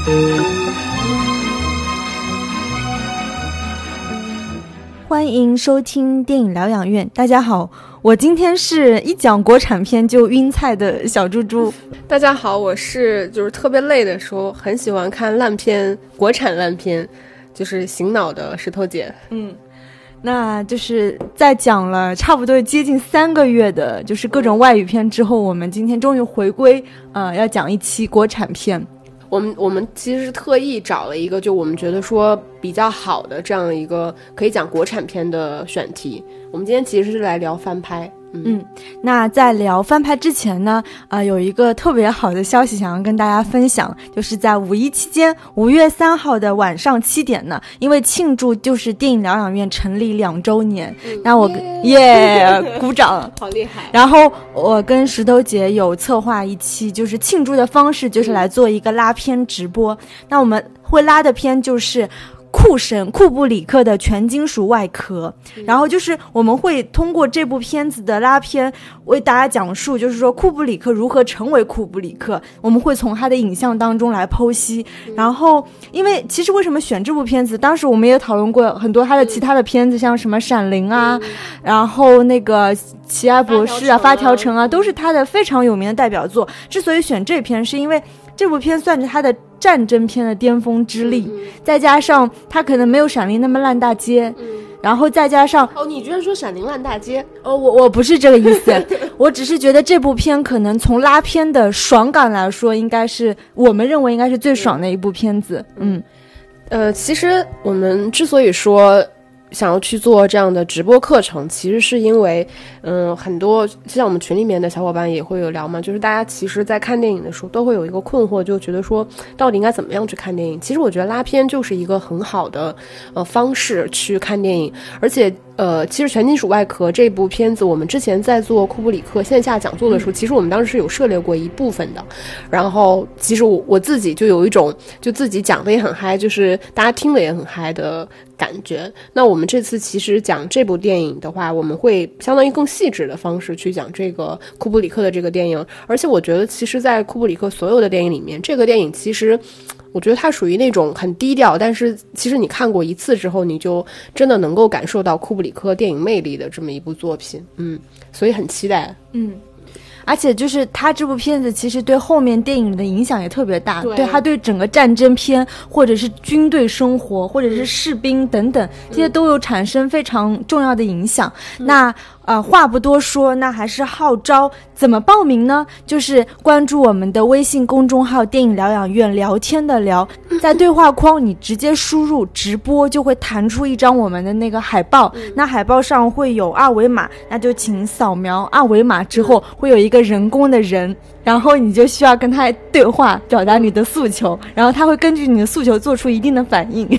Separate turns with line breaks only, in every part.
欢迎收听电影疗养院。大家好，我今天是一讲国产片就晕菜的小猪猪。
大家好，我是就是特别累的时候很喜欢看烂片，国产烂片，就是醒脑的石头姐。
那就是在讲了差不多接近3个月的就是各种外语片之后，我们今天终于回归要讲一期国产片。
我们其实是特意找了一个就我们觉得说比较好的这样一个可以讲国产片的选题。我们今天其实是来聊翻拍。
那在聊翻拍之前呢，有一个特别好的消息想要跟大家分享，就是在5一期间，5月3号的晚上7点呢，因为庆祝就是电影疗养院成立2周年，那我鼓掌，
好厉害。
然后我跟石头姐有策划一期，就是庆祝的方式就是来做一个拉片直播。那我们会拉的片就是库神库布里克的全金属外壳，然后就是我们会通过这部片子的拉片为大家讲述，就是说库布里克如何成为库布里克，我们会从他的影像当中来剖析。然后因为其实为什么选这部片子，当时我们也讨论过很多他的其他的片子，像什么闪灵啊，然后那个奇爱博士啊，发条城啊，都是他的非常有名的代表作。之所以选这篇是因为这部片算是他的战争片的巅峰之力，再加上他可能没有闪灵那么烂大街，然后再加上
你居然说闪灵烂大街？
我不是这个意思我只是觉得这部片可能从拉片的爽感来说，应该是我们认为应该是最爽的一部片子。
其实我们之所以说想要去做这样的直播课程，其实是因为很多像我们群里面的小伙伴也会有聊嘛，就是大家其实在看电影的时候都会有一个困惑，就觉得说到底应该怎么样去看电影。其实我觉得拉片就是一个很好的方式去看电影。而且其实全金属外壳这部片子我们之前在做库布里克线下讲座的时候，其实我们当时是有涉猎过一部分的。然后其实我自己就有一种就自己讲的也很嗨，就是大家听的也很嗨的感觉。那我们这次其实讲这部电影的话，我们会相当于更细致的方式去讲这个库布里克的这个电影。而且我觉得其实在库布里克所有的电影里面，这个电影其实我觉得它属于那种很低调，但是其实你看过一次之后，你就真的能够感受到库布里克电影魅力的这么一部作品。所以很期待。
而且就是他这部片子其实对后面电影的影响也特别大，对他对整个战争片或者是军队生活或者是士兵等等这些都有产生非常重要的影响。那话不多说，那还是号召怎么报名呢？就是关注我们的微信公众号电影疗养院，聊天的聊，在对话框你直接输入直播，就会弹出一张我们的那个海报，那海报上会有二维码，那就请扫描二维码之后会有一个人工的人，然后你就需要跟他对话，表达你的诉求，然后他会根据你的诉求做出一定的反应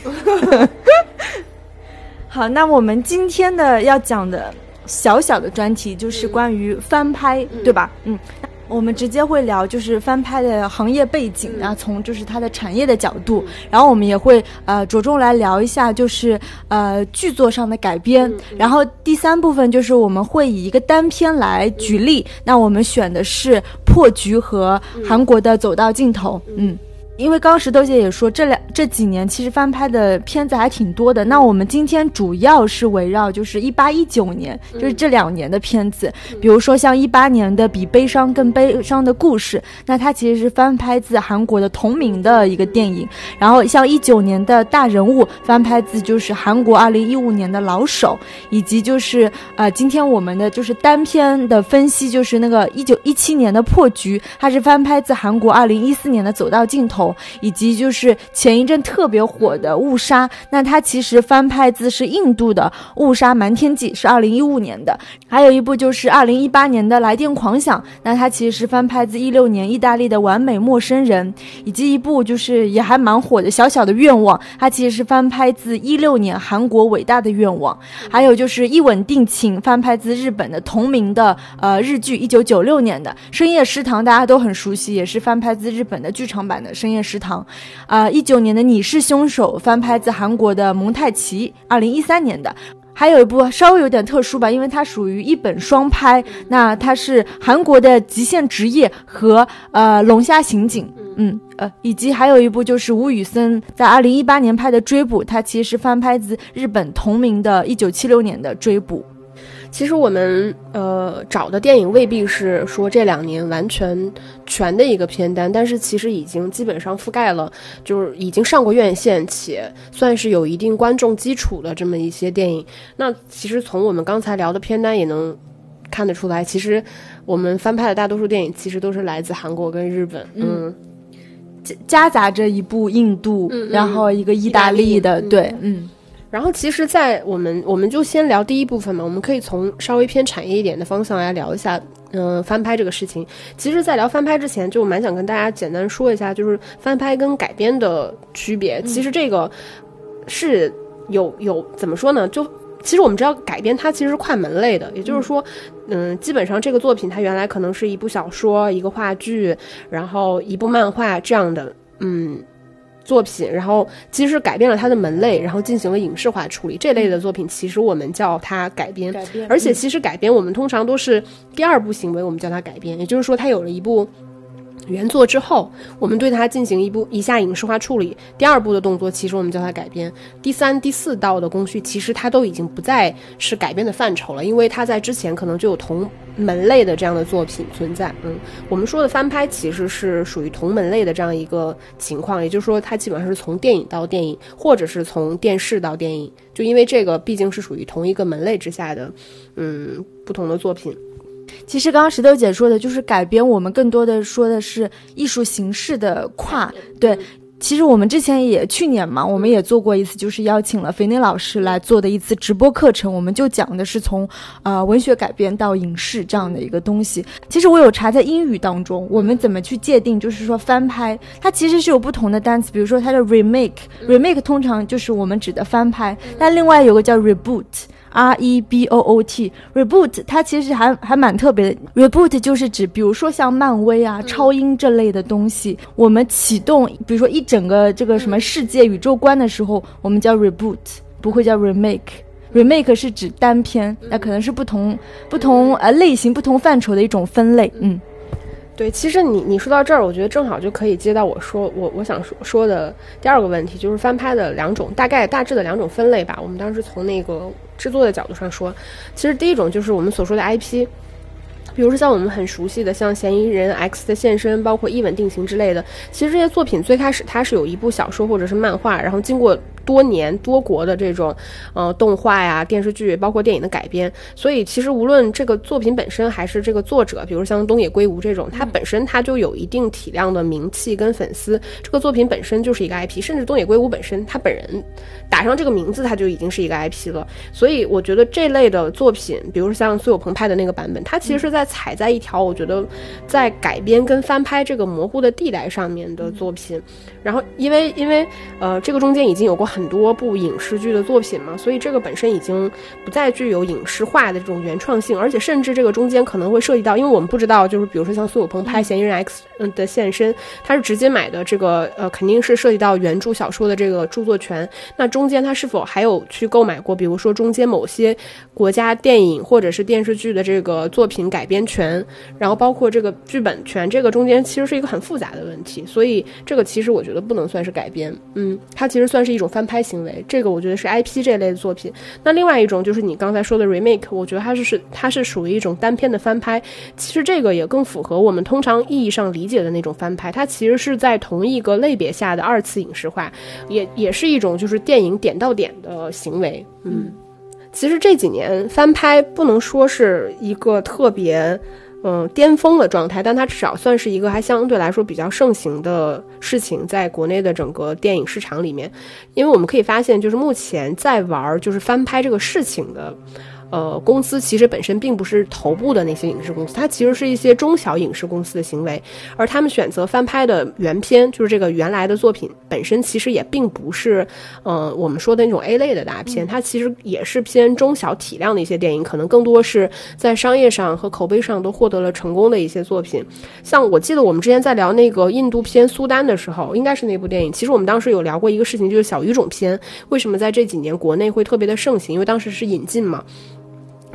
好，那我们今天的要讲的小小的专题就是关于翻拍，对吧？我们直接会聊就是翻拍的行业背景啊，从就是它的产业的角度，然后我们也会着重来聊一下就是剧作上的改编，然后第3部分就是我们会以一个单片来举例，那我们选的是破局和韩国的走到尽头。因为刚刚石头姐也说这几年其实翻拍的片子还挺多的，那我们今天主要是围绕就是18、19年，就是这2年的片子，比如说像18年的比悲伤更悲伤的故事，那它其实是翻拍自韩国的同名的一个电影，然后像19年的大人物翻拍自就是韩国2015年的老手，以及就是今天我们的就是单片的分析，就是那个1917年的破局，它是翻拍自韩国2014年的走到尽头，以及就是前一阵特别火的误杀，那它其实翻拍自是印度的误杀瞒天记，是2015年的。还有一部就是2018年的来电狂想，那它其实是翻拍自16年意大利的完美陌生人，以及一部就是也还蛮火的小小的愿望，它其实是翻拍自16年韩国伟大的愿望。还有就是一吻定情，翻拍自日本的同名的日剧1996年的深夜食堂，大家都很熟悉，也是翻拍自日本的剧场版的深夜食堂。19年的你是凶手，翻拍自韩国的蒙太奇，2013年的。还有一部稍微有点特殊吧，因为它属于一本双拍，那它是韩国的极限职业和龙虾刑警。 以及还有一部就是吴宇森在2018年拍的《追捕》，它其实是翻拍自日本同名的1976年的《追捕》。
其实我们找的电影未必是说这2年完全的一个片单，但是其实已经基本上覆盖了，就是已经上过院线且算是有一定观众基础的这么一些电影。那其实从我们刚才聊的片单也能看得出来，其实我们翻拍的大多数电影其实都是来自韩国跟日本，
夹杂着一部印度，然后一个意大利的，对，
然后其实在我们就先聊第一部分嘛，我们可以从稍微偏产业一点的方向来聊一下翻拍这个事情。其实在聊翻拍之前，就蛮想跟大家简单说一下，就是翻拍跟改编的区别。其实这个是有怎么说呢，就其实我们知道改编它其实是跨门类的，也就是说基本上这个作品它原来可能是一部小说、一个话剧，然后一部漫画这样的作品，然后其实改变了它的门类，然后进行了影视化处理。这类的作品其实我们叫它改编，而且其实改编我们通常都是第二步行为，我们叫它改编，也就是说它有了一部原作之后，我们对它进行一下影视化处理，第二步的动作其实我们叫它改编，第3、第4道的工序其实它都已经不再是改编的范畴了，因为它在之前可能就有同门类的这样的作品存在。我们说的翻拍其实是属于同门类的这样一个情况，也就是说它基本上是从电影到电影，或者是从电视到电影，就因为这个毕竟是属于同一个门类之下的不同的作品。
其实刚刚石头姐说的就是改编，我们更多的说的是艺术形式的跨，对。其实我们之前去年嘛，我们也做过一次，就是邀请了肥内老师来做的一次直播课程，我们就讲的是从文学改编到影视这样的一个东西。其实我有查在英语当中，我们怎么去界定，就是说翻拍它其实是有不同的单词，比如说它的 remake 通常就是我们指的翻拍，但另外有个叫 reboot，reboot reboot 它其实还蛮特别的。reboot 就是指比如说像漫威啊、超英这类的东西，我们启动比如说一整个这个什么世界宇宙观的时候，我们叫 reboot， 不会叫 remake。remake 是指单片，那可能是不同类型、不同范畴的一种分类。
对，其实你说到这儿，我觉得正好就可以接到我想说的第二个问题，就是翻拍的大致的2种分类吧。我们当时从那个制作的角度上说，其实第一种就是我们所说的 IP， 比如说像我们很熟悉的像嫌疑人 X 的现身，包括一吻定情之类的，其实这些作品最开始它是有一部小说或者是漫画，然后经过多年多国的这种动画呀、电视剧包括电影的改编，所以其实无论这个作品本身还是这个作者，比如像东野圭吾这种，它本身它就有一定体量的名气跟粉丝，这个作品本身就是一个 IP， 甚至东野圭吾本身他本人打上这个名字他就已经是一个 IP 了。所以我觉得这类的作品，比如像苏有朋拍的那个版本，它其实是在踩在一条我觉得在改编跟翻拍这个模糊的地带上面的作品。然后因为这个中间已经有过很多部影视剧的作品嘛，所以这个本身已经不再具有影视化的这种原创性，而且甚至这个中间可能会涉及到，因为我们不知道，就是比如说像苏有朋拍嫌疑人 X 的现身，他是直接买的这个肯定是涉及到原著小说的这个著作权，那中间他是否还有去购买过比如说中间某些国家电影或者是电视剧的这个作品改编权，然后包括这个剧本权，这个中间其实是一个很复杂的问题，所以这个其实我觉得不能算是改编，它其实算是一种翻拍行为，这个我觉得是 IP 这类的作品。那另外一种就是你刚才说的 remake， 我觉得它是属于一种单片的翻拍，其实这个也更符合我们通常意义上理解的那种翻拍，它其实是在同一个类别下的二次影视化，也是一种就是电影点到点的行为。其实这几年翻拍不能说是一个特别巅峰的状态，但它至少算是一个还相对来说比较盛行的事情，在国内的整个电影市场里面。因为我们可以发现，就是目前在玩就是翻拍这个事情的公司其实本身并不是头部的那些影视公司，它其实是一些中小影视公司的行为，而他们选择翻拍的原片，就是这个原来的作品本身其实也并不是我们说的那种 A 类的大片，它其实也是偏中小体量的一些电影，可能更多是在商业上和口碑上都获得了成功的一些作品。像我记得我们之前在聊那个印度片苏丹的时候，应该是那部电影，其实我们当时有聊过一个事情，就是小语种片为什么在这几年国内会特别的盛行，因为当时是引进嘛。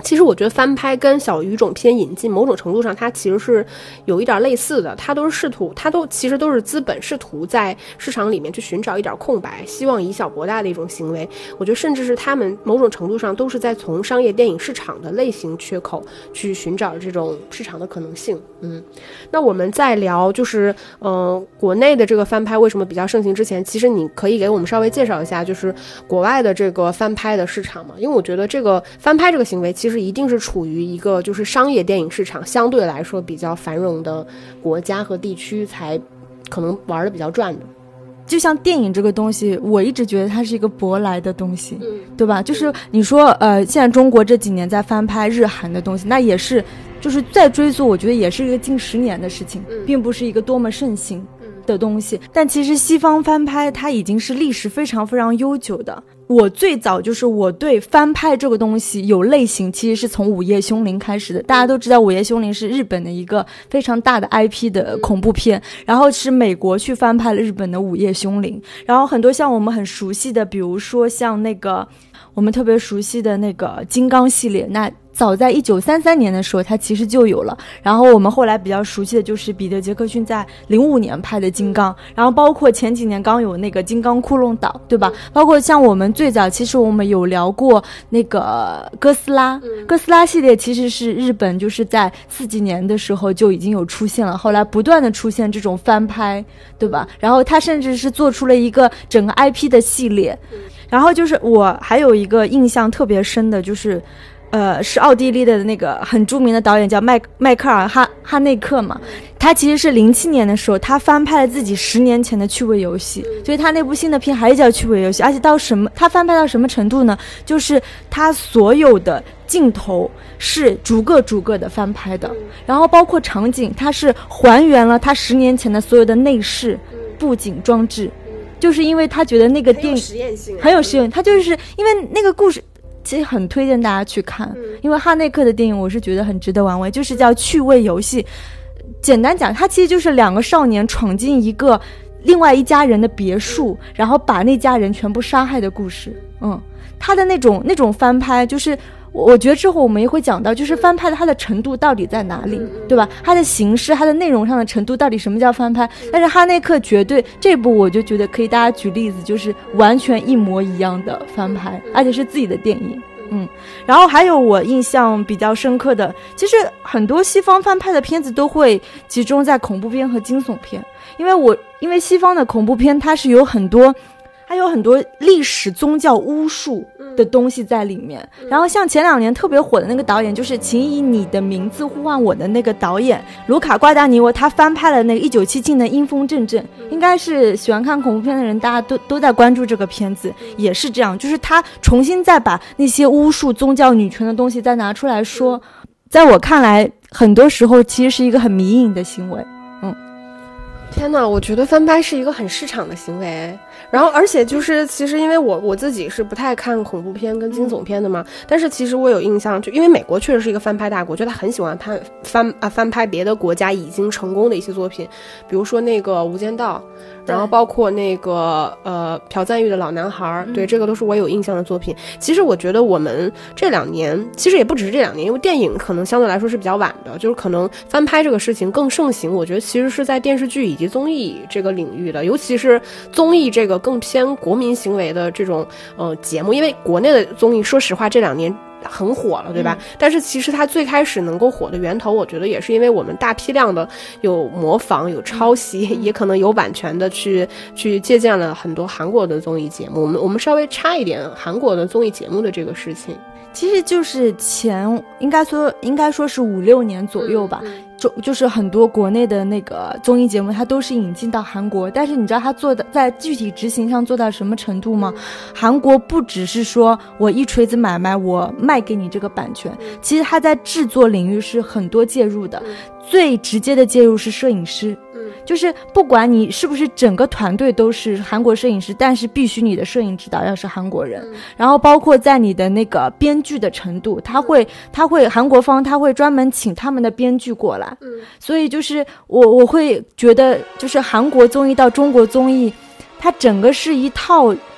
其实我觉得翻拍跟小语种片引进某种程度上它其实是有一点类似的，它其实都是资本试图在市场里面去寻找一点空白，希望以小博大的一种行为。我觉得甚至是他们某种程度上都是在从商业电影市场的类型缺口去寻找这种市场的可能性。那我们在聊就是国内的这个翻拍为什么比较盛行之前，其实你可以给我们稍微介绍一下就是国外的这个翻拍的市场嘛？因为我觉得这个翻拍这个行为其实一定是处于一个就是商业电影市场相对来说比较繁荣的国家和地区才可能玩的比较转的。
就像电影这个东西，我一直觉得它是一个舶来的东西，对吧？就是你说现在中国这几年在翻拍日韩的东西，那也是就是再追溯，我觉得也是一个近10年的事情，并不是一个多么盛行的东西。但其实西方翻拍它已经是历史非常非常悠久的。我最早就是我对翻拍这个东西有类型，其实是从午夜凶铃开始的。大家都知道午夜凶铃是日本的一个非常大的 IP 的恐怖片，然后是美国去翻拍了日本的午夜凶铃，然后很多像我们很熟悉的，比如说像那个我们特别熟悉的那个金刚系列，那早在1933年的时候它其实就有了，然后我们后来比较熟悉的就是彼得·杰克逊在05年拍的金刚，然后包括前几年刚有那个金刚窟窿岛，对吧？包括像我们最早其实我们有聊过那个哥斯拉，哥斯拉系列其实是日本就是在40几年的时候就已经有出现了，后来不断的出现这种翻拍，对吧？然后它甚至是做出了一个整个 IP 的系列。然后就是我还有一个印象特别深的就是是奥地利的那个很著名的导演叫迈克尔哈内克嘛，他其实是07年的时候他翻拍了自己10年前的趣味游戏，所以他那部新的片还是叫趣味游戏，而且他翻拍到什么程度呢？就是他所有的镜头是逐个的翻拍的，然后包括场景他是还原了他10年前的所有的内饰布景装置，就是因为他觉得那个电影很有实验性，他就是因为那个故事其实很推荐大家去看，因为哈内克的电影我是觉得很值得玩味，就是叫趣味游戏。简单讲，它其实就是2个少年闯进一个另外一家人的别墅，然后把那家人全部杀害的故事。他的那种翻拍，就是我觉得之后我们也会讲到，就是翻拍的它的程度到底在哪里，对吧？它的形式它的内容上的程度到底什么叫翻拍。但是哈内克绝对这部我就觉得可以大家举例子，就是完全一模一样的翻拍，而且是自己的电影。然后还有我印象比较深刻的，其实很多西方翻拍的片子都会集中在恐怖片和惊悚片，因为西方的恐怖片它有很多历史宗教巫术的东西在里面。然后像前2年特别火的那个导演，就是请以你的名字呼唤我的那个导演卢卡瓜达尼沃，他翻拍了那个1977的阴风阵阵，应该是喜欢看恐怖片的人大家都在关注这个片子，也是这样，就是他重新再把那些巫术宗教女权的东西再拿出来说，在我看来很多时候其实是一个很迷影的行为。
天哪，我觉得翻拍是一个很市场的行为。然后而且就是其实因为我自己是不太看恐怖片跟惊悚片的嘛，但是其实我有印象，就因为美国确实是一个翻拍大国，就他很喜欢翻拍别的国家已经成功的一些作品，比如说那个《无间道》，然后包括那个朴赞郁的《老男孩》，对，这个都是我有印象的作品。其实我觉得我们这2年，其实也不只是这2年，因为电影可能相对来说是比较晚的，就是可能翻拍这个事情更盛行，我觉得其实是在电视剧以及综艺这个领域的，尤其是综艺这个更偏国民行为的这种节目，因为国内的综艺说实话这2年很火了，对吧？但是其实它最开始能够火的源头，我觉得也是因为我们大批量的有模仿、有抄袭，也可能有版权的去借鉴了很多韩国的综艺节目。我们稍微插一点韩国的综艺节目的这个事情，
其实就是应该说是5-6年左右吧。就是很多国内的那个综艺节目它都是引进到韩国，但是你知道它做的在具体执行上做到什么程度吗？韩国不只是说我一锤子买卖我卖给你这个版权，其实它在制作领域是很多介入的，最直接的介入是摄影师，就是不管你是不是整个团队都是韩国摄影师，但是必须你的摄影指导要是韩国人，然后包括在你的那个编剧的程度，他会韩国方他会专门请他们的编剧过来，所以就是我会觉得就是韩国综艺到中国综艺，它整个是一套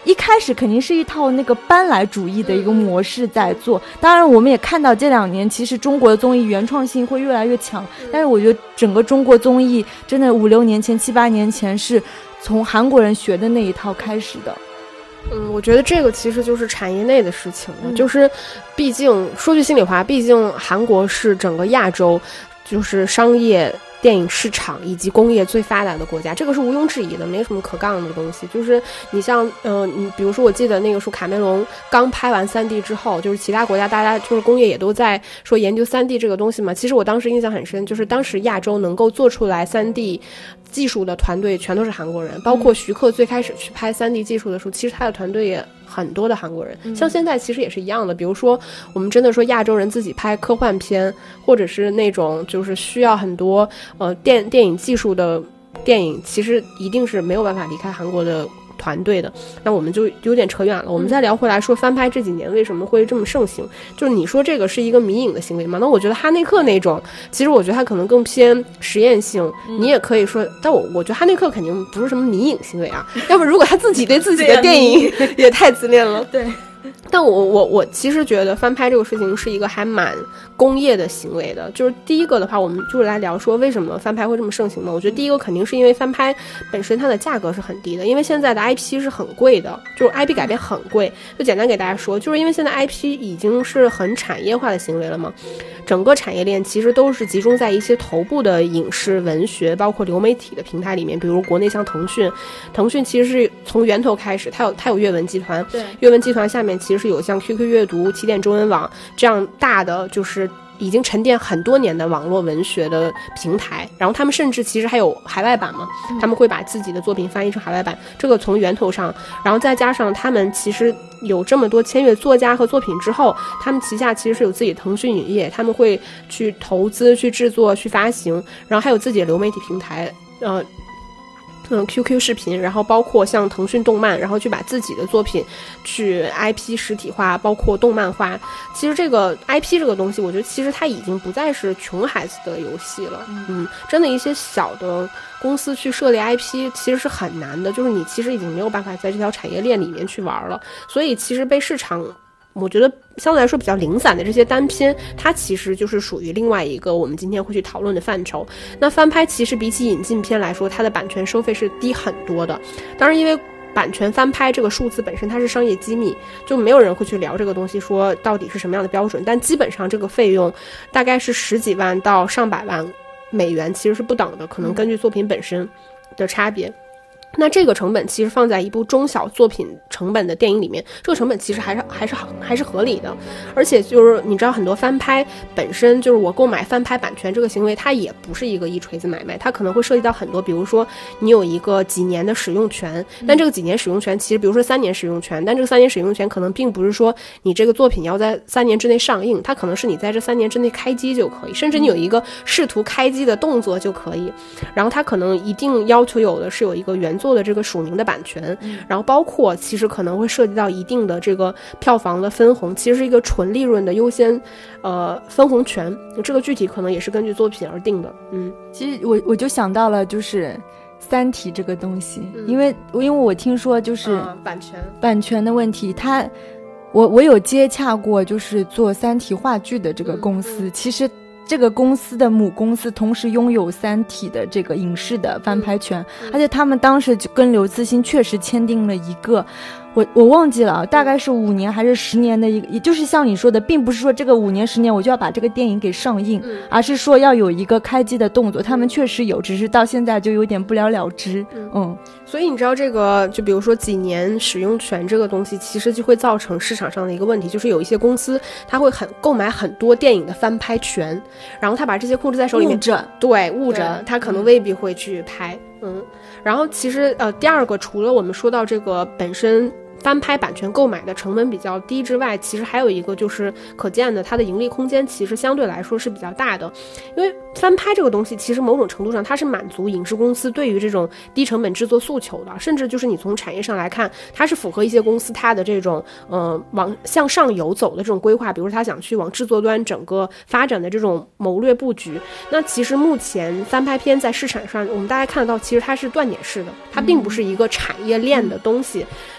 一开始肯定是一套那个搬来主义的一个模式在做，当然我们也看到这2年其实中国的综艺原创性会越来越强，但是我觉得整个中国综艺真的5、6年前、7、8年前是从韩国人学的那一套开始的。
我觉得这个其实就是产业内的事情了，就是毕竟说句心里话，毕竟韩国是整个亚洲就是商业电影市场以及工业最发达的国家，这个是毋庸置疑的，没什么可杠的东西。就是你像你比如说我记得那个时候卡梅隆刚拍完3D 之后，就是其他国家大家就是工业也都在说研究3D 这个东西嘛。其实我当时印象很深，就是当时亚洲能够做出来3D技术的团队全都是韩国人，包括徐克最开始去拍3D 技术的时候，其实他的团队也很多的韩国人，像现在其实也是一样的。比如说我们真的说亚洲人自己拍科幻片，或者是那种就是需要很多电影技术的电影，其实一定是没有办法离开韩国的团队的。那我们就有点扯远了，我们再聊回来说翻拍这几年为什么会这么盛行。就是你说这个是一个迷影的行为吗？那我觉得哈内克那种其实我觉得它可能更偏实验性，你也可以说，但我觉得哈内克肯定不是什么迷影行为啊，要不如果他自己对自己的电影也太自恋了。
对，
但我其实觉得翻拍这个事情是一个还蛮工业的行为的。就是第一个的话，我们就来聊说为什么翻拍会这么盛行呢？我觉得第一个肯定是因为翻拍本身它的价格是很低的，因为现在的 IP 是很贵的，就是 IP 改编很贵。就简单给大家说，就是因为现在 IP 已经是很产业化的行为了嘛，整个产业链其实都是集中在一些头部的影视、文学，包括流媒体的平台里面。比如国内像腾讯其实是从源头开始，它有阅文集团，对，阅文集团下面其实是有像 QQ 阅读、起点中文网这样大的就是已经沉淀很多年的网络文学的平台，然后他们甚至其实还有海外版嘛，他们会把自己的作品翻译成海外版，这个从源头上，然后再加上他们其实有这么多签约作家和作品之后，他们旗下其实是有自己的腾讯影业，他们会去投资、去制作、去发行，然后还有自己的流媒体平台QQ 视频，然后包括像腾讯动漫，然后去把自己的作品去 IP 实体化，包括动漫化。其实这个 IP 这个东西，我觉得其实它已经不再是穷孩子的游戏了。真的一些小的公司去设立 IP 其实是很难的，就是你其实已经没有办法在这条产业链里面去玩了。所以其实被市场我觉得相对来说比较零散的这些单片，它其实就是属于另外一个我们今天会去讨论的范畴。那翻拍其实比起引进片来说，它的版权收费是低很多的。当然因为版权翻拍这个数字本身它是商业机密，就没有人会去聊这个东西说到底是什么样的标准，但基本上这个费用大概是10几万到上百万美元，其实是不等的，可能根据作品本身的差别。那这个成本其实放在一部中小作品成本的电影里面，这个成本其实还是合理的。而且就是你知道很多翻拍本身就是我购买翻拍版权这个行为，它也不是一个一锤子买卖，它可能会涉及到很多，比如说你有一个几年的使用权，但这个几年使用权其实比如说3年使用权，但这个3年使用权可能并不是说你这个作品要在3年之内上映，它可能是你在这3年之内开机就可以，甚至你有一个试图开机的动作就可以。然后它可能一定要求有的是有一个原作的这个署名的版权，然后包括其实可能会涉及到一定的这个票房的分红，其实是一个纯利润的优先分红权，这个具体可能也是根据作品而定的。
其实我就想到了就是三体这个东西，因为我听说就是版权的问题，我有接洽过就是做三体话剧的这个公司，其实这个公司的母公司同时拥有三体的这个影视的翻拍权，而且他们当时就跟刘慈欣确实签订了一个我忘记了，大概是5年还是10年的一个，也就是像你说的，并不是说这个5年10年我就要把这个电影给上映，而是说要有一个开机的动作，他们确实有，只是到现在就有点不了了之。
所以你知道这个就比如说几年使用权这个东西，其实就会造成市场上的一个问题，就是有一些公司他会购买很多电影的翻拍权，然后他把这些控制在手里面，捂着他可能未必会去拍。然后其实第二个，除了我们说到这个本身翻拍版权购买的成本比较低之外，其实还有一个就是可见的它的盈利空间其实相对来说是比较大的。因为翻拍这个东西其实某种程度上它是满足影视公司对于这种低成本制作诉求的，甚至就是你从产业上来看，它是符合一些公司它的这种往向上游走的这种规划，比如说它想去往制作端整个发展的这种谋略布局。那其实目前翻拍片在市场上我们大家看得到，其实它是断点式的，它并不是一个产业链的东西，就是它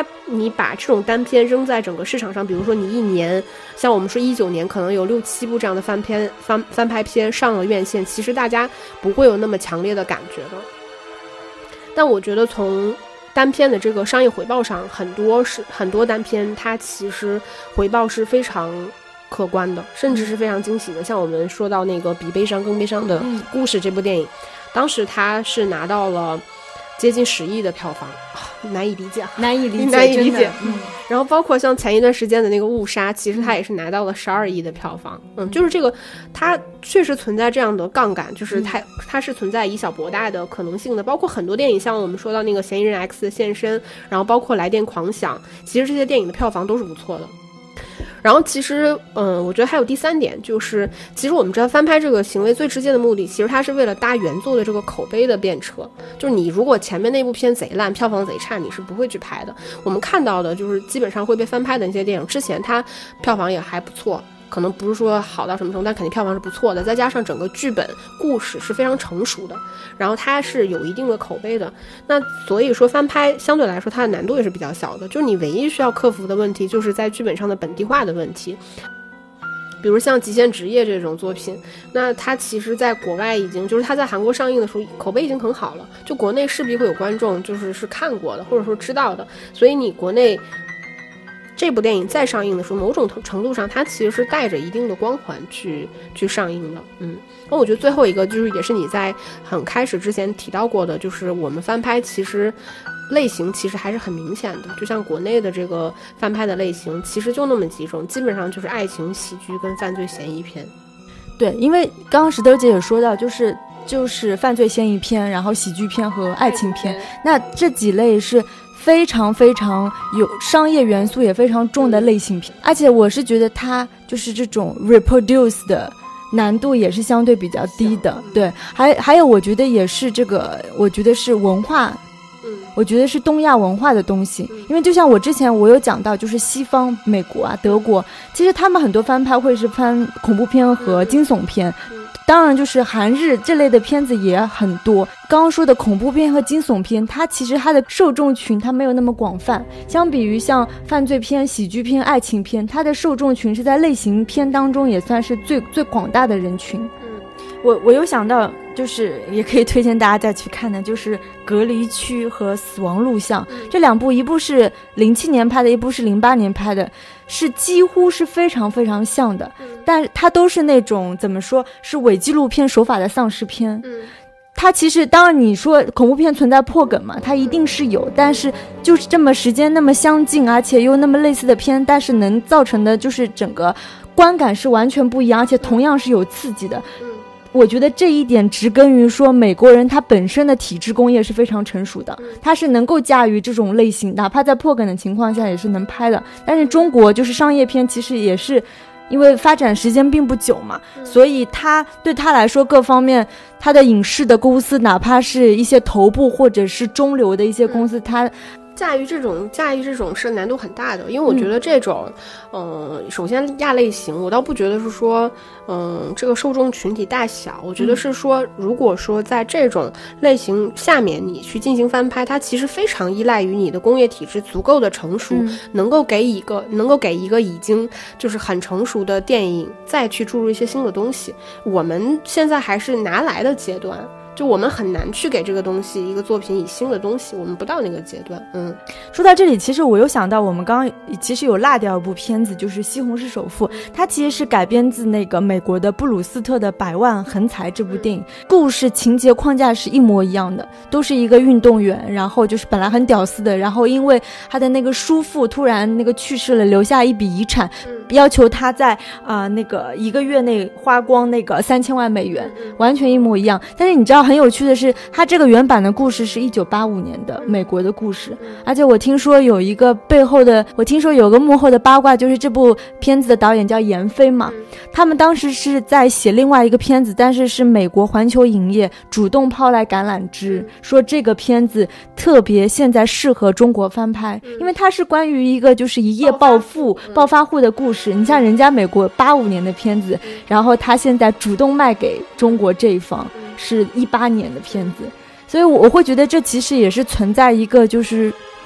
你把这种单片扔在整个市场上，比如说你一年，像我们说19年可能有6、7部这样的翻拍片上了院线，其实大家不会有那么强烈的感觉的。但我觉得从单片的这个商业回报上，很多单片它其实回报是非常客观的，甚至是非常惊喜的。像我们说到那个比悲伤更悲伤的故事这部电影，当时它是拿到了接近10亿的票房，难以理解。然后包括像前一段时间的那个误杀，其实它也是拿到了12亿的票房。就是这个它确实存在这样的杠杆，就是它是存在以小博大的可能性的。包括很多电影，像我们说到那个嫌疑人 X 的现身，然后包括来电狂想，其实这些电影的票房都是不错的。然后其实我觉得还有第3点，就是其实我们知道翻拍这个行为最直接的目的，其实它是为了搭原作的这个口碑的便车。就是你如果前面那部片贼烂，票房贼差，你是不会去拍的。我们看到的就是基本上会被翻拍的那些电影，之前它票房也还不错，可能不是说好到什么程度，但肯定票房是不错的，再加上整个剧本故事是非常成熟的，然后它是有一定的口碑的。那所以说翻拍相对来说它的难度也是比较小的，就是你唯一需要克服的问题就是在剧本上的本地化的问题。比如像极限职业这种作品，那它其实在国外已经，就是它在韩国上映的时候口碑已经很好了，就国内势必会有观众是看过的或者说知道的，所以你国内这部电影再上映的时候，某种程度上它其实是带着一定的光环去上映的。那我觉得最后一个就是也是你在很开始之前提到过的，就是我们翻拍其实类型其实还是很明显的，就像国内的这个翻拍的类型其实就那么几种，基本上就是爱情喜剧跟犯罪嫌疑片。
对，因为刚刚石头姐也说到，就是犯罪嫌疑片，然后喜剧片和爱情片，那这几类是非常非常有商业元素也非常重的类型片，而且我是觉得它就是这种 reproduce 的难度也是相对比较低的。对，还有我觉得也是这个，我觉得是文化，我觉得是东亚文化的东西。因为就像我之前有讲到，就是西方美国啊德国，其实他们很多翻拍会是翻恐怖片和惊悚片，当然就是韩日这类的片子也很多。刚刚说的恐怖片和惊悚片，它其实它的受众群它没有那么广泛，相比于像犯罪片、喜剧片、爱情片，它的受众群是在类型片当中也算是最广大的人群。我有想到，就是也可以推荐大家再去看的，就是《隔离区》和《死亡录像》这2部，一部是07年拍的，一部是08年拍的，是几乎是非常非常像的，但是它都是那种怎么说是伪纪录片手法的丧尸片。它其实当然你说恐怖片存在破梗嘛，它一定是有，但是就是这么时间那么相近，而且又那么类似的片，但是能造成的就是整个观感是完全不一样，而且同样是有刺激的。我觉得这一点植根于说美国人他本身的体制工业是非常成熟的，他是能够驾驭这种类型，哪怕在破梗的情况下也是能拍的。但是中国就是商业片其实也是因为发展时间并不久嘛，所以他对他来说各方面他的影视的公司，哪怕是一些头部或者是中流的一些公司，他
驾驭这种是难度很大的。因为我觉得这种首先亚类型我倒不觉得是说这个受众群体大小，我觉得是说如果说在这种类型下面你去进行翻拍，它其实非常依赖于你的工业体制足够的成熟，能够给一个已经就是很成熟的电影再去注入一些新的东西。我们现在还是拿来的阶段，就我们很难去给这个东西一个作品以新的东西，我们不到那个阶段。
说到这里，其实我又想到我们刚刚其实有落掉一部片子，就是《西红柿首富》，它其实是改编自那个美国的布鲁斯特的《百万横财》这部电影，故事情节框架是一模一样的，都是一个运动员，然后就是本来很屌丝的，然后因为他的那个叔父突然那个去世了，留下一笔遗产，要求他在那个1个月内花光那个3000万美元，完全一模一样。但是你知道很有趣的是，他这个原版的故事是1985年的美国的故事，而且我听说有一个有个幕后的八卦，就是这部片子的导演叫闫飞嘛，他们当时是在写另外一个片子，但是美国环球影业主动抛来橄榄枝，说这个片子特别现在适合中国翻拍，因为它是关于一个就是一夜暴发户的故事。你像人家美国85年的片子，然后他现在主动卖给中国这一方，是18年的片子，所以我会觉得这其实也是存在一个就是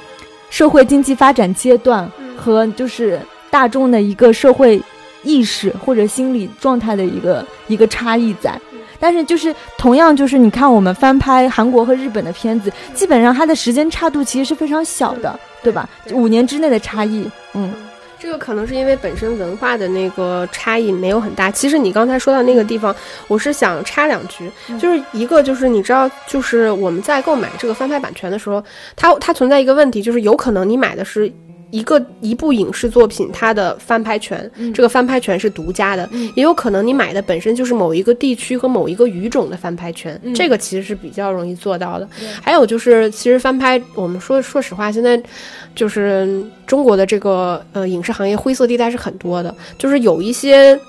社会经济发展阶段和就是大众的一个社会意识或者心理状态的一个差异在。但是就是同样就是你看我们翻拍韩国和日本的片子，基本上它的时间差度其实是非常小的，对吧？5年之内的差异。
这个可能是因为本身文化的那个差异没有很大。其实你刚才说到那个地方，我是想插2句，就是一个就是你知道，就是我们在购买这个翻拍版权的时候，它存在一个问题，就是有可能你买的是一部影视作品它的翻拍权，这个翻拍权是独家的，也有可能你买的本身就是某一个地区和某一个语种的翻拍权，这个其实是比较容易做到的。还有就是其实翻拍，我们说实话，现在就是中国的这个影视行业灰色地带是很多的，就是有一些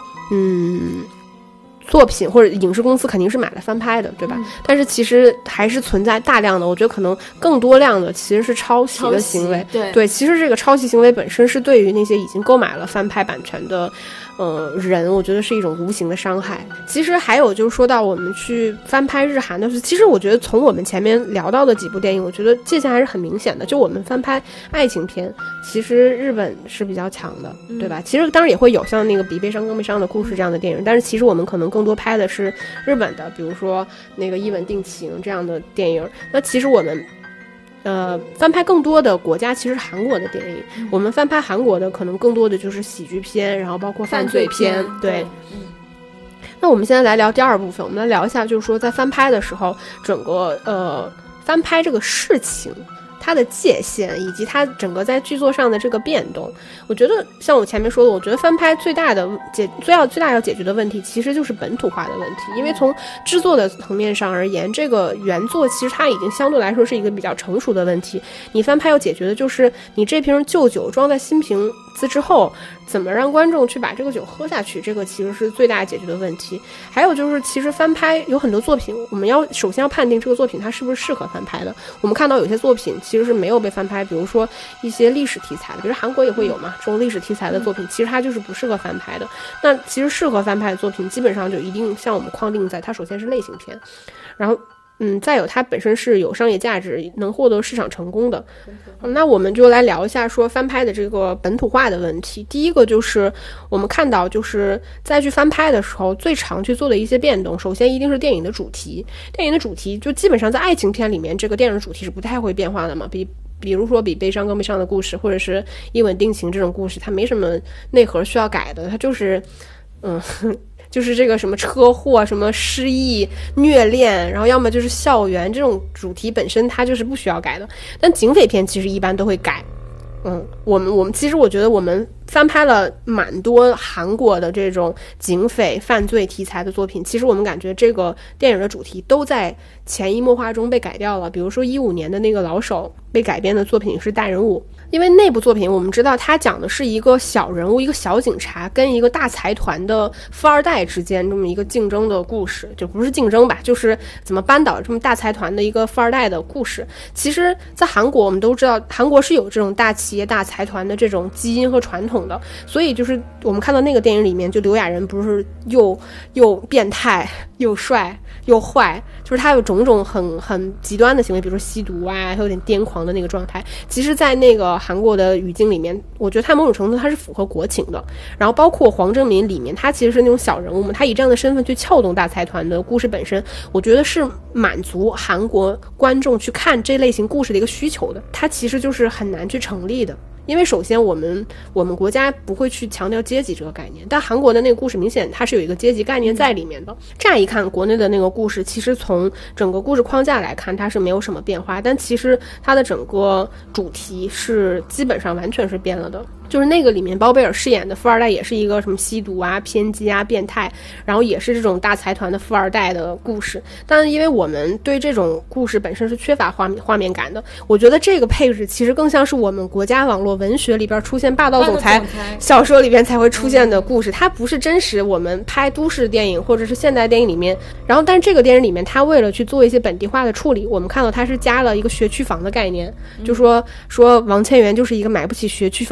作品或者影视公司肯定是买来翻拍的，对吧？但是其实还是存在大量的，我觉得可能更多量的其实是抄袭的行为。对，其实这个抄袭行为本身是对于那些已经购买了翻拍版权的人，我觉得是一种无形的伤害。其实还有就是说到我们去翻拍日韩的，其实我觉得从我们前面聊到的几部电影，我觉得界限还是很明显的。就我们翻拍爱情片，其实日本是比较强的，对吧？其实当然也会有像那个比悲伤更悲伤的故事这样的电影，但是其实我们可能更多拍的是日本的，比如说那个一吻定情这样的电影。那其实我们翻拍更多的国家其实是韩国的电影，我们翻拍韩国的可能更多的就是喜剧片，然后包括犯罪片。对。那我们现在来聊第2部分，我们来聊一下，就是说在翻拍的时候，整个翻拍这个事情它的界限以及它整个在剧作上的这个变动。我觉得像我前面说的，我觉得翻拍最大要解决的问题其实就是本土化的问题。因为从制作的层面上而言，这个原作其实它已经相对来说是一个比较成熟的问题，你翻拍要解决的就是你这瓶旧酒装在新瓶子之后，怎么让观众去把这个酒喝下去，这个其实是最大解决的问题。还有就是其实翻拍有很多作品，我们首先要判定这个作品它是不是适合翻拍的。我们看到有些作品其实是没有被翻拍，比如说一些历史题材的，比如韩国也会有嘛，这种历史题材的作品其实它就是不适合翻拍的。那其实适合翻拍的作品基本上就一定像我们框定在它首先是类型片，然后再有它本身是有商业价值，能获得市场成功的。那我们就来聊一下说翻拍的这个本土化的问题。第一个就是我们看到就是在去翻拍的时候最常去做的一些变动，首先一定是电影的主题。电影的主题就基本上在爱情片里面，这个电影的主题是不太会变化的嘛，比如说比悲伤更悲伤的故事，或者是一吻定情这种故事，它没什么内核需要改的，它就是就是这个什么车祸、什么失忆、虐恋，然后要么就是校园这种主题本身它就是不需要改的。但警匪片其实一般都会改。我们其实我觉得我们翻拍了蛮多韩国的这种警匪犯罪题材的作品，其实我们感觉这个电影的主题都在潜移默化中被改掉了。比如说15年的那个老手被改编的作品是大人物，因为那部作品我们知道它讲的是一个小人物，一个小警察跟一个大财团的富二代之间这么一个竞争的故事，就不是竞争吧，就是怎么扳倒这么大财团的一个富二代的故事。其实在韩国我们都知道韩国是有这种大企业大财团的这种基因和传统的，所以就是我们看到那个电影里面，就刘亚仁不是又变态又帅又坏，就是他有种种很极端的行为，比如说吸毒啊，还有点癫狂的那个状态。其实在那个韩国的语境里面，我觉得他某种程度他是符合国情的。然后包括黄正民里面，他其实是那种小人物嘛，他以这样的身份去撬动大财团的故事本身，我觉得是满足韩国观众去看这类型故事的一个需求的，它其实就是很难去成立的。因为首先我们国家不会去强调阶级这个概念，但韩国的那个故事明显它是有一个阶级概念在里面的。乍一看国内的那个故事，其实从整个故事框架来看它是没有什么变化，但其实它的整个主题是基本上完全是变了的。就是那个里面包贝尔饰演的富二代也是一个什么吸毒啊、偏激啊、变态，然后也是这种大财团的富二代的故事。但是因为我们对这种故事本身是缺乏画面感的，我觉得这个配置其实更像是我们国家网络文学里边出现霸道总裁小说里边才会出现的故事，它不是真实我们拍都市电影或者是现代电影里面。然后但是这个电影里面它为了去做一些本地化的处理，我们看到它是加了一个学区房的概念，就说王千源就是一个买不起学区房的小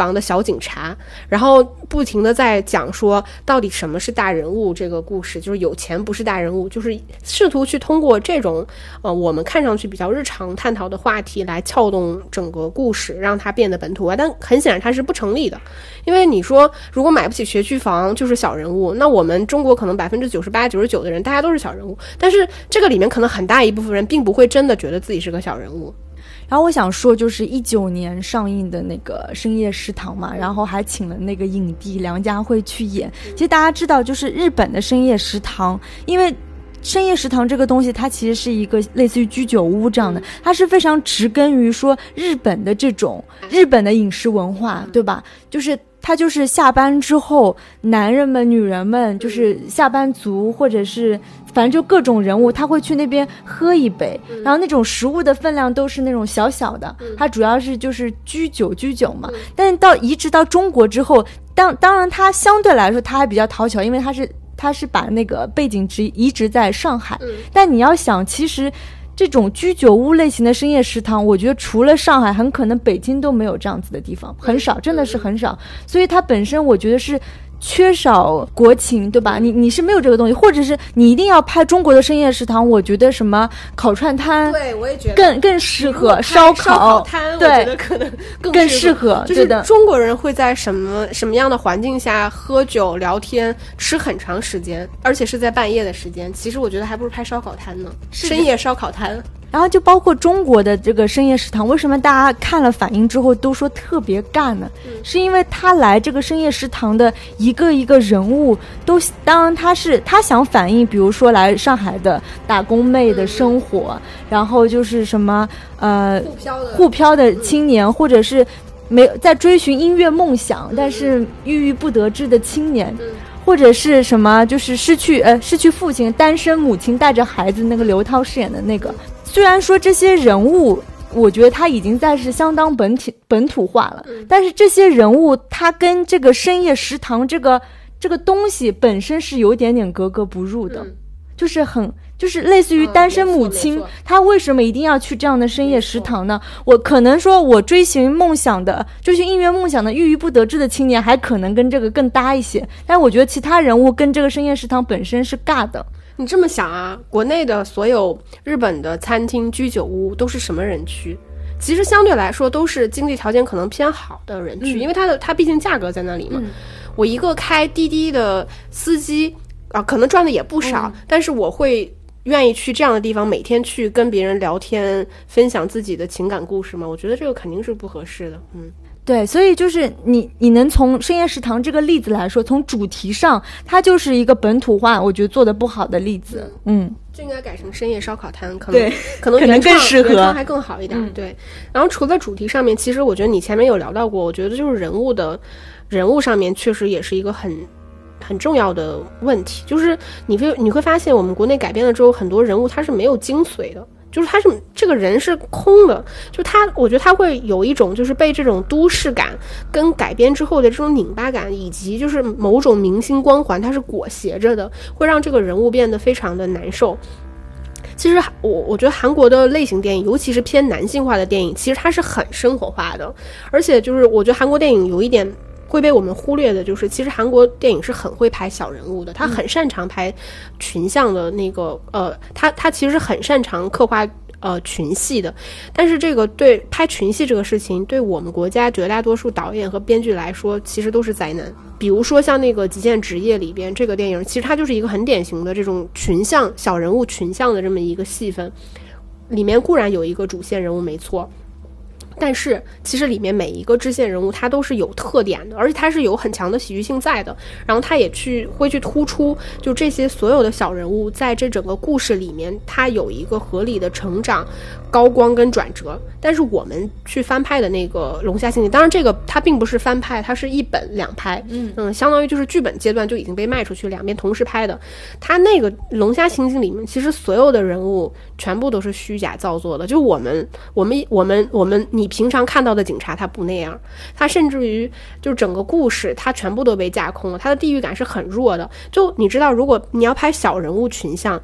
警察，然后不停的在讲说到底什么是大人物这个故事，就是有钱不是大人物，就是试图去通过这种我们看上去比较日常探讨的话题来撬动整个故事，让它变得本土化。但很显然它是不成立的，因为你说如果买不起学区房就是小人物，那我们中国可能98%、99%的人大家都是小人物，但是这个里面可能很大一部分人并不会真的觉得自己是个小人物。
然后我想说，就是19年上映的那个《深夜食堂》嘛，然后还请了那个影帝梁家辉去演。其实大家知道，就是日本的深夜食堂，因为深夜食堂这个东西它其实是一个类似于居酒屋这样的，它是非常植根于说日本的这种日本的饮食文化，对吧？就是他就是下班之后，男人们女人们就是下班族或者是反正就各种人物，他会去那边喝一杯，然后那种食物的分量都是那种小小的，它主要是就是居酒嘛。但是移植到中国之后，当然它相对来说它还比较讨巧，因为它是把那个背景移植在上海，但你要想其实这种居酒屋类型的深夜食堂，我觉得除了上海，很可能北京都没有这样子的地方，很少，真的是很少。所以它本身我觉得是缺少国情，对吧？你是没有这个东西，或者是你一定要拍中国的深夜食堂，我觉得什么烤串摊，
对我也觉得
更适合烧
烤摊，
对，
我觉得可能更适合。就是中国人会在什么样的环境下喝酒聊天吃很长时间，而且是在半夜的时间，其实我觉得还不如拍烧烤摊呢，深夜烧烤摊。
然后就包括中国的这个深夜食堂，为什么大家看了反应之后都说特别干呢？是因为他来这个深夜食堂的一个一个人物都，当然他想反映，比如说来上海的打工妹的生活，然后就是什么沪漂的青年，或者是没在追寻音乐梦想但是郁郁不得志的青年。或者是什么，就是失去父亲，单身母亲带着孩子，那个刘涛饰演的那个。虽然说这些人物，我觉得他已经是相当本土化了，但是这些人物他跟这个深夜食堂这个东西本身是有点格格不入的，就是类似于单身母亲，她为什么一定要去这样的深夜食堂呢？我可能说我追寻音乐梦想的郁郁不得志的青年还可能跟这个更搭一些，但我觉得其他人物跟这个深夜食堂本身是尬的。
你这么想啊，国内的所有日本的餐厅居酒屋都是什么人区？其实相对来说都是经济条件可能偏好的人区，因为它毕竟价格在那里嘛。我一个开滴滴的司机可能赚的也不少，但是我会愿意去这样的地方，每天去跟别人聊天，分享自己的情感故事吗？我觉得这个肯定是不合适的。
对，所以就是你能从深夜食堂这个例子来说，从主题上它就是一个本土化我觉得做的不好的例子。
就应该改成深夜烧烤摊，可
能更适合，
原创还更好一点。对。然后除了主题上面，其实我觉得你前面有聊到过，我觉得就是人物上面确实也是一个很重要的问题，就是你会发现我们国内改编了之后，很多人物他是没有精髓的，就是他是这个人是空的，就我觉得他会有一种就是被这种都市感跟改编之后的这种拧巴感，以及就是某种明星光环它是裹挟着的，会让这个人物变得非常的难受。其实我觉得韩国的类型电影，尤其是偏男性化的电影，其实它是很生活化的，而且就是我觉得韩国电影有一点会被我们忽略的，就是其实韩国电影是很会拍小人物的，他很擅长拍群像的那个他其实很擅长刻画群戏的，但是这个对拍群戏这个事情，对我们国家绝大多数导演和编剧来说，其实都是灾难。比如说像那个《极限职业》里边这个电影，其实它就是一个很典型的这种群像小人物群像的这么一个戏份，里面固然有一个主线人物没错，但是其实里面每一个支线人物他都是有特点的，而且他是有很强的喜剧性在的，然后他也会去突出就这些所有的小人物在这整个故事里面他有一个合理的成长高光跟转折。但是我们去翻拍的那个龙虾刑警，当然这个它并不是翻拍，它是一本两拍，相当于就是剧本阶段就已经被卖出去，两边同时拍的。它那个龙虾刑警里面其实所有的人物全部都是虚假造作的，就我们你平常看到的警察他不那样，他甚至于就整个故事他全部都被架空了，他的地域感是很弱的。就你知道，如果你要拍小人物群像，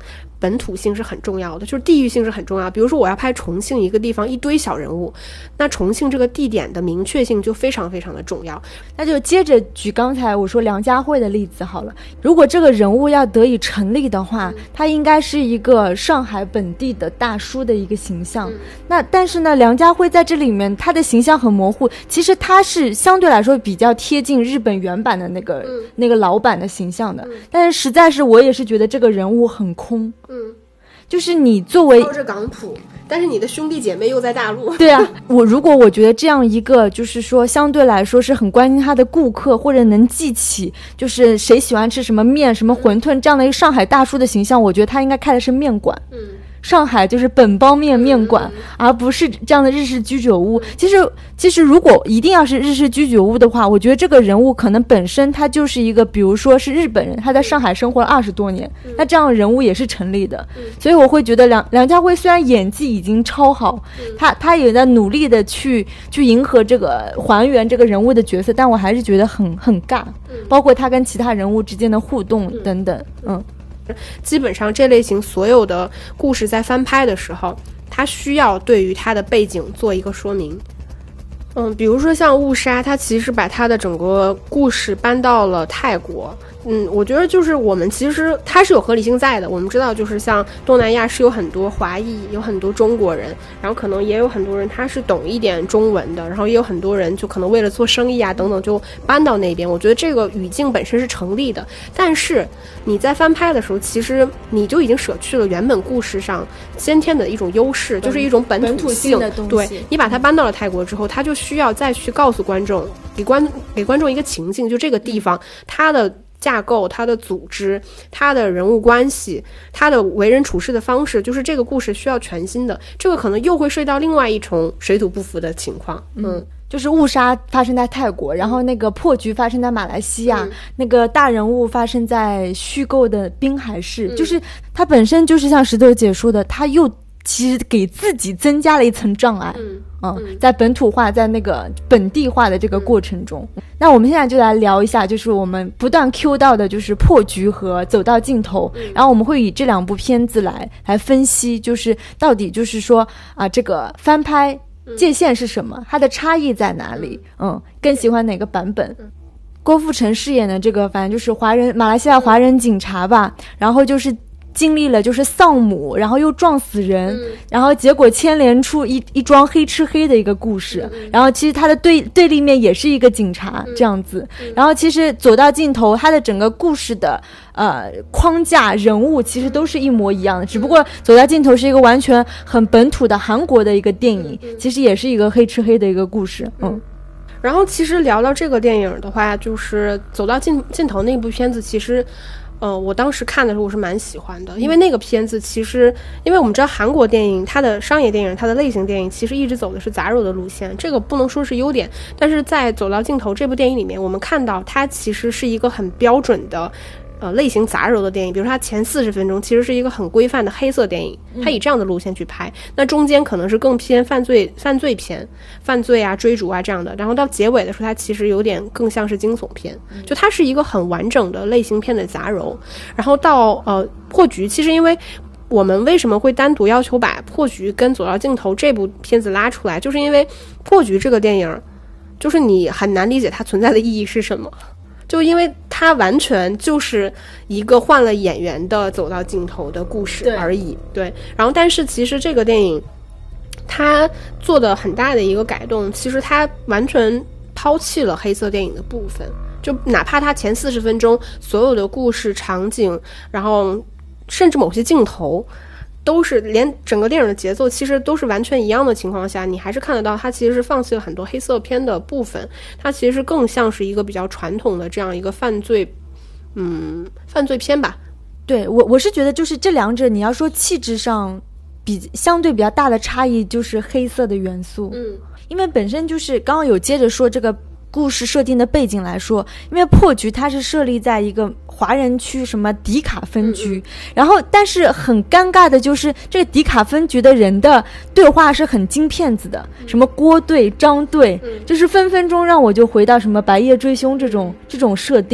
本土性是很重要的，就是地域性是很重要。比如说我要拍重庆一个地方一堆小人物，那重庆这个地点的明确性就非常非常的重要。
那就接着举刚才我说梁家辉的例子好了，如果这个人物要得以成立的话，他应该是一个上海本地的大叔的一个形象。那但是呢，梁家辉在这里面他的形象很模糊，其实他是相对来说比较贴近日本原版的那个老版的形象的，但是实在是我也是觉得这个人物很空。就是你作为
靠着港普，但是你的兄弟姐妹又在大陆。
对啊，如果我觉得这样一个就是说相对来说是很关心他的顾客，或者能记起就是谁喜欢吃什么面什么馄饨这样的一个上海大叔的形象，我觉得他应该开的是面馆。上海就是本帮面馆，而不是这样的日式居酒屋。其实如果一定要是日式居酒屋的话，我觉得这个人物可能本身他就是一个，比如说是日本人，他在上海生活了20多年，那这样的人物也是成立的。所以我会觉得梁家辉虽然演技已经超好，他也在努力的去迎合这个还原这个人物的角色，但我还是觉得很尬，包括他跟其他人物之间的互动等等。
基本上这类型所有的故事在翻拍的时候，它需要对于它的背景做一个说明。比如说像误杀，它其实把它的整个故事搬到了泰国。我觉得就是我们其实它是有合理性在的。我们知道就是像东南亚是有很多华裔，有很多中国人，然后可能也有很多人他是懂一点中文的，然后也有很多人就可能为了做生意啊等等就搬到那边。我觉得这个语境本身是成立的，但是你在翻拍的时候，其实你就已经舍去了原本故事上先天的一种优势，就是一种本土性
的东西。
对，你把它搬到了泰国之后，它就需要再去告诉观众，给观众一个情境，就这个地方它的架构，它的组织，它的人物关系，它的为人处事的方式，就是这个故事需要全新的。这个可能又会涉及到另外一重水土不服的情况。
就是误杀发生在泰国，然后那个破局发生在马来西亚，那个大人物发生在虚构的滨海市。就是它本身就是像石头姐说的，它又其实给自己增加了一层障碍。在本土化，在那个本地化的这个过程中，那我们现在就来聊一下，就是我们不断 Q 到的，就是破局和走到尽头。然后我们会以这2部片子来分析，就是到底就是说这个翻拍界限是什么，它的差异在哪里？更喜欢哪个版本？郭富城饰演的这个，反正就是马来西亚华人警察吧，然后就是经历了就是丧母，然后又撞死人，然后结果牵连出一桩黑吃黑的一个故事。然后其实他的对立面也是一个警察这样子。然后其实走到尽头，他的整个故事的框架人物其实都是一模一样的，只不过走到尽头是一个完全很本土的韩国的一个电影，其实也是一个黑吃黑的一个故事。
然后其实聊到这个电影的话，就是走到尽头那部片子，其实我当时看的时候我是蛮喜欢的，因为那个片子其实，因为我们知道韩国电影它的商业电影它的类型电影其实一直走的是杂糅的路线，这个不能说是优点，但是在走到尽头这部电影里面，我们看到它其实是一个很标准的类型杂糅的电影。比如说它前40分钟其实是一个很规范的黑色电影，它以这样的路线去拍，那中间可能是更偏犯罪片，犯罪啊追逐啊这样的，然后到结尾的时候它其实有点更像是惊悚片，就它是一个很完整的类型片的杂糅。然后到破局，其实因为我们为什么会单独要求把破局跟走到尽头这部片子拉出来，就是因为破局这个电影就是你很难理解它存在的意义是什么，就因为它完全就是一个换了演员的走到尽头的故事而已。 对，然后但是其实这个电影它做的很大的一个改动，其实它完全抛弃了黑色电影的部分，就哪怕它前40分钟所有的故事场景，然后甚至某些镜头都是连整个电影的节奏其实都是完全一样的情况下，你还是看得到它其实是放弃了很多黑色片的部分，它其实更像是一个比较传统的这样一个犯罪片吧。
对，我是觉得就是这两者你要说气质上相对比较大的差异就是黑色的元素。因为本身就是刚刚有接着说这个故事设定的背景来说，因为破局它是设立在一个华人区什么迪卡分局，然后但是很尴尬的就是这个迪卡分局的人的对话是很金片子的，什么郭队张队，就是分分钟让我就回到什么白夜追凶这种设定。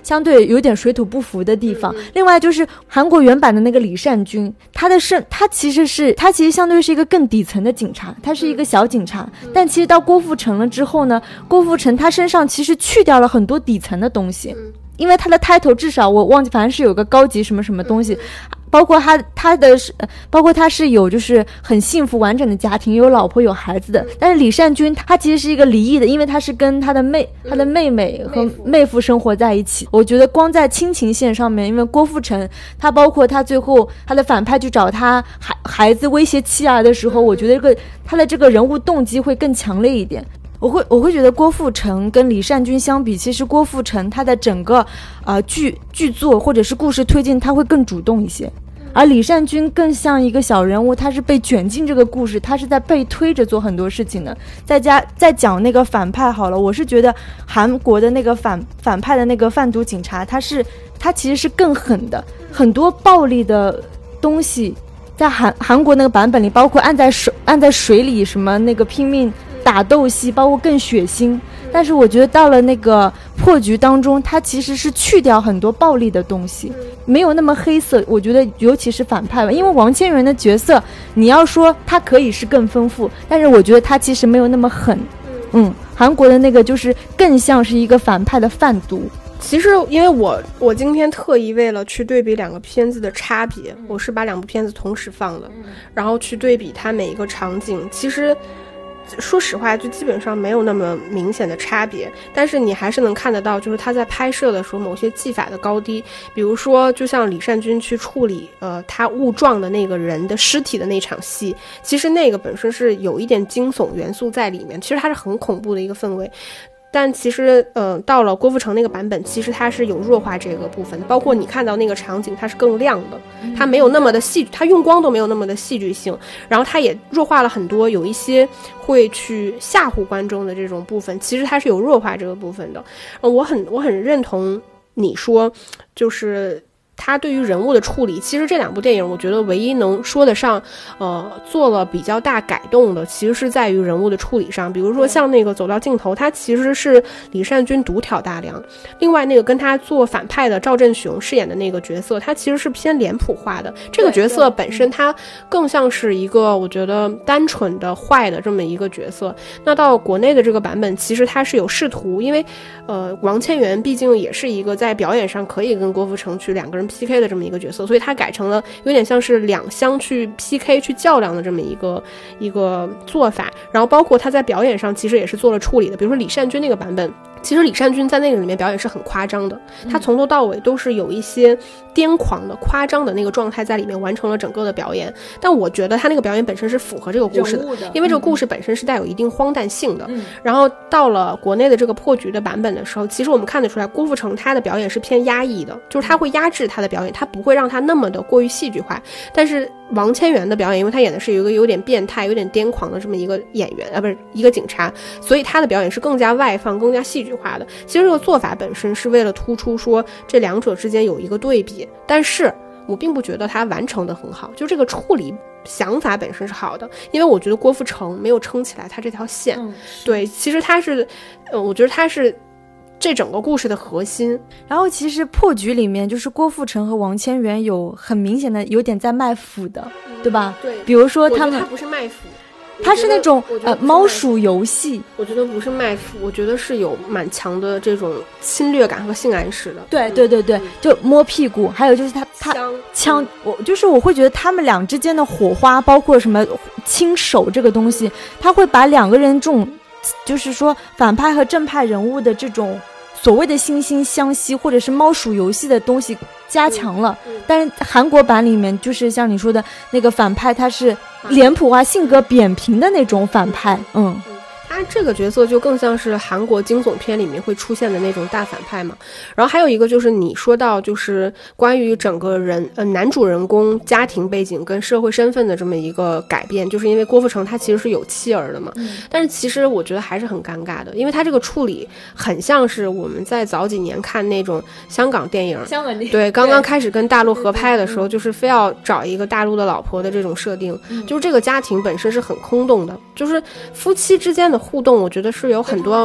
相对有点水土不服的地方。另外就是韩国原版的那个李善均，他其实相对是一个更底层的警察，他是一个小警察，但其实到郭富城了之后呢，郭富城他身上其实去掉了很多底层的东西，因为他的 title 至少我忘记，反正是有个高级什么什么东西。包括他是有就是很幸福完整的家庭，有老婆有孩子的。但是李善均他其实是一个离异的，因为他是跟他的妹妹和妹夫生活在一起。我觉得光在亲情线上面，因为郭富城他包括他最后他的反派去找他孩子威胁妻儿的时候，我觉得他的这个人物动机会更强烈一点。我会觉得郭富城跟李善均相比，其实郭富城他的整个剧作或者是故事推进他会更主动一些，而李善均更像一个小人物，他是被卷进这个故事，他是在被推着做很多事情的。再讲那个反派好了，我是觉得韩国的那个反派的那个贩毒警察，他其实是更狠的，很多暴力的东西在韩国那个版本里，包括按在水里什么那个拼命打斗戏，包括更血腥。但是我觉得到了那个破局当中，它其实是去掉很多暴力的东西，没有那么黑色。我觉得尤其是反派吧，因为王千源的角色你要说他可以是更丰富，但是我觉得他其实没有那么狠。韩国的那个就是更像是一个反派的贩毒。
其实因为我今天特意为了去对比两个片子的差别，我是把两部片子同时放的，然后去对比它每一个场景。其实说实话就基本上没有那么明显的差别，但是你还是能看得到就是他在拍摄的时候某些技法的高低。比如说就像李善均去处理他误撞的那个人的尸体的那场戏，其实那个本身是有一点惊悚元素在里面，其实它是很恐怖的一个氛围。但其实到了郭富城那个版本，其实它是有弱化这个部分的，包括你看到那个场景它是更亮的，它没有那么的戏，它用光都没有那么的戏剧性，然后它也弱化了很多有一些会去吓唬观众的这种部分，其实它是有弱化这个部分的。我很认同你说就是他对于人物的处理，其实这两部电影我觉得唯一能说得上做了比较大改动的，其实是在于人物的处理上。比如说像那个走到尽头，他其实是李善均独挑大梁，另外那个跟他做反派的赵振雄饰演的那个角色，他其实是偏脸谱化的，这个角色本身他更像是一个我觉得单纯的坏的这么一个角色。那到国内的这个版本，其实他是有试图，因为王千源毕竟也是一个在表演上可以跟郭富城去两个人PK 的这么一个角色，所以他改成了有点像是两厢去 PK 去较量的这么一个做法。然后包括他在表演上其实也是做了处理的，比如说李善均那个版本，其实李善均在那个里面表演是很夸张的，他从头到尾都是有一些癫狂的夸张的那个状态在里面完成了整个的表演。但我觉得他那个表演本身是符合这个故事的，因为这个故事本身是带有一定荒诞性的。然后到了国内的这个破局的版本的时候，其实我们看得出来郭富城他的表演是偏压抑的，就是他会压制他的表演，他不会让他那么的过于戏剧化。但是王千源的表演，因为他演的是一个有点变态有点癫狂的这么一个演员不是一个警察，所以他的表演是更加外放更加戏剧化的。其实这个做法本身是为了突出说这两者之间有一个对比，但是我并不觉得他完成的很好，就这个处理想法本身是好的，因为我觉得郭富城没有撑起来他这条线。对，其实他是我觉得他是这整个故事的核心。
然后其实破局里面就是郭富城和王千源有很明显的有点在卖腐的，对吧？
对，
比如说他们
他不是卖腐，
它是那种猫鼠游戏，
我觉得不是卖腐，我觉得是有蛮强的这种侵略感和性暗示的。
对对对对，就摸屁股，还有就是他枪，我会觉得他们俩之间的火花，包括什么亲手这个东西，他会把两个人这种就是说反派和正派人物的这种所谓的惺惺相惜或者是猫鼠游戏的东西加强了。但是韩国版里面就是像你说的那个反派，他是脸谱化性格扁平的那种反派。
他这个角色就更像是韩国惊悚片里面会出现的那种大反派嘛。然后还有一个就是你说到就是关于整个男主人公家庭背景跟社会身份的这么一个改变，就是因为郭富城他其实是有妻儿的嘛。但是其实我觉得还是很尴尬的，因为他这个处理很像是我们在早几年看那种香港电影，对，刚刚开始跟大陆合拍的时候，就是非要找一个大陆的老婆的这种设定，就是这个家庭本身是很空洞的，就是夫妻之间的互动我觉得是有很多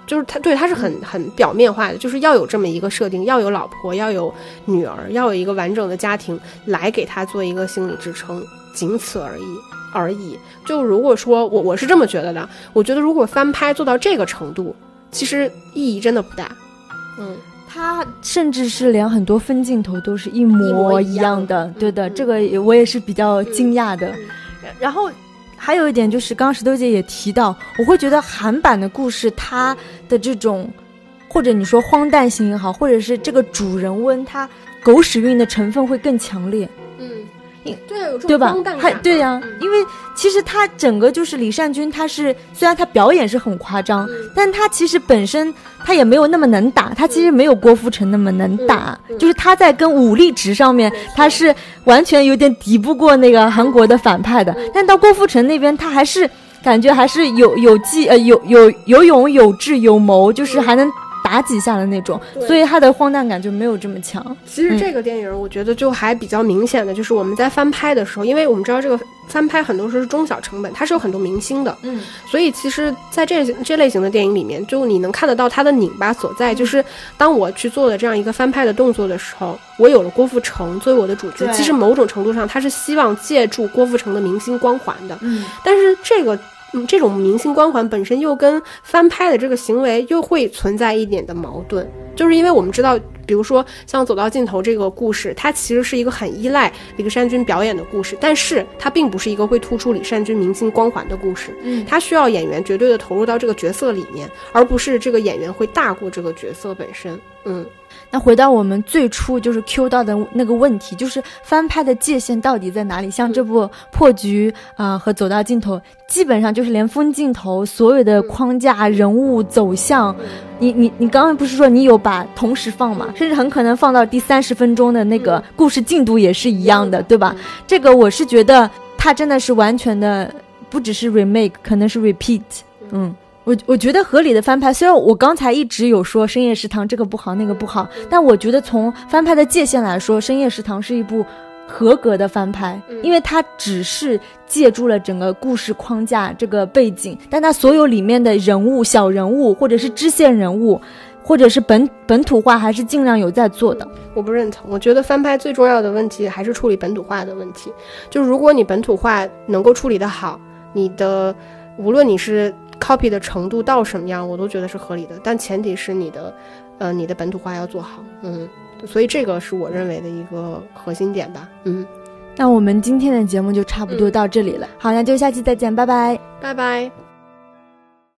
就是他是很表面化的，就是要有这么一个设定，要有老婆，要有女儿，要有一个完整的家庭来给他做一个心理支撑，仅此而已。就如果说我是这么觉得的，我觉得如果翻拍做到这个程度，其实意义真的不大。
他甚至是连很多分镜头都是一模一样的，对的，这个我也是比较惊讶的。然后还有一点就是刚刚石头姐也提到，我会觉得韩版的故事它的这种或者你说荒诞性也好，或者是这个主人翁他狗屎运的成分会更强烈。
对，有这种荒诞感，
对呀，因为其实他整个就是李善均，他是虽然他表演是很夸张，但他其实本身他也没有那么能打，他其实没有郭富城那么能打，就是他在跟武力值上面，他是完全有点抵不过那个韩国的反派的。但到郭富城那边，他还是感觉还是有勇有智有谋，就是还能打几下的那种，所以它的荒诞感就没有这么强。
其实这个电影我觉得就还比较明显的就是我们在翻拍的时候，因为我们知道这个翻拍很多时候是中小成本，它是有很多明星的，所以其实在这类型的电影里面，就你能看得到它的拧巴所在，就是当我去做了这样一个翻拍的动作的时候，我有了郭富城作为我的主角，其实某种程度上他是希望借助郭富城的明星光环的，但是这种明星光环本身又跟翻拍的这个行为又会存在一点的矛盾，就是因为我们知道比如说像走到尽头这个故事，它其实是一个很依赖李善均表演的故事，但是它并不是一个会突出李善均明星光环的故事，它需要演员绝对的投入到这个角色里面，而不是这个演员会大过这个角色本身。
那回到我们最初就是 Q 到的那个问题，就是翻拍的界限到底在哪里？像这部破局和走到尽头，基本上就是连分镜头所有的框架人物走向，你刚刚不是说你有把同时放嘛，甚至很可能放到第30分钟的那个故事进度也是一样的，对吧？这个我是觉得它真的是完全的不只是 remake， 可能是 repeat。我觉得合理的翻拍，虽然我刚才一直有说深夜食堂这个不好那个不好，但我觉得从翻拍的界限来说，深夜食堂是一部合格的翻拍，因为它只是借助了整个故事框架这个背景，但它所有里面的人物小人物或者是支线人物或者是本土化还是尽量有在做的。
我不认同，我觉得翻拍最重要的问题还是处理本土化的问题，就是如果你本土化能够处理得好，你的无论你是copy 的程度到什么样我都觉得是合理的，但前提是你的本土化要做好。所以这个是我认为的一个核心点吧。
那我们今天的节目就差不多到这里了。好，那就下期再见，拜拜。
拜拜。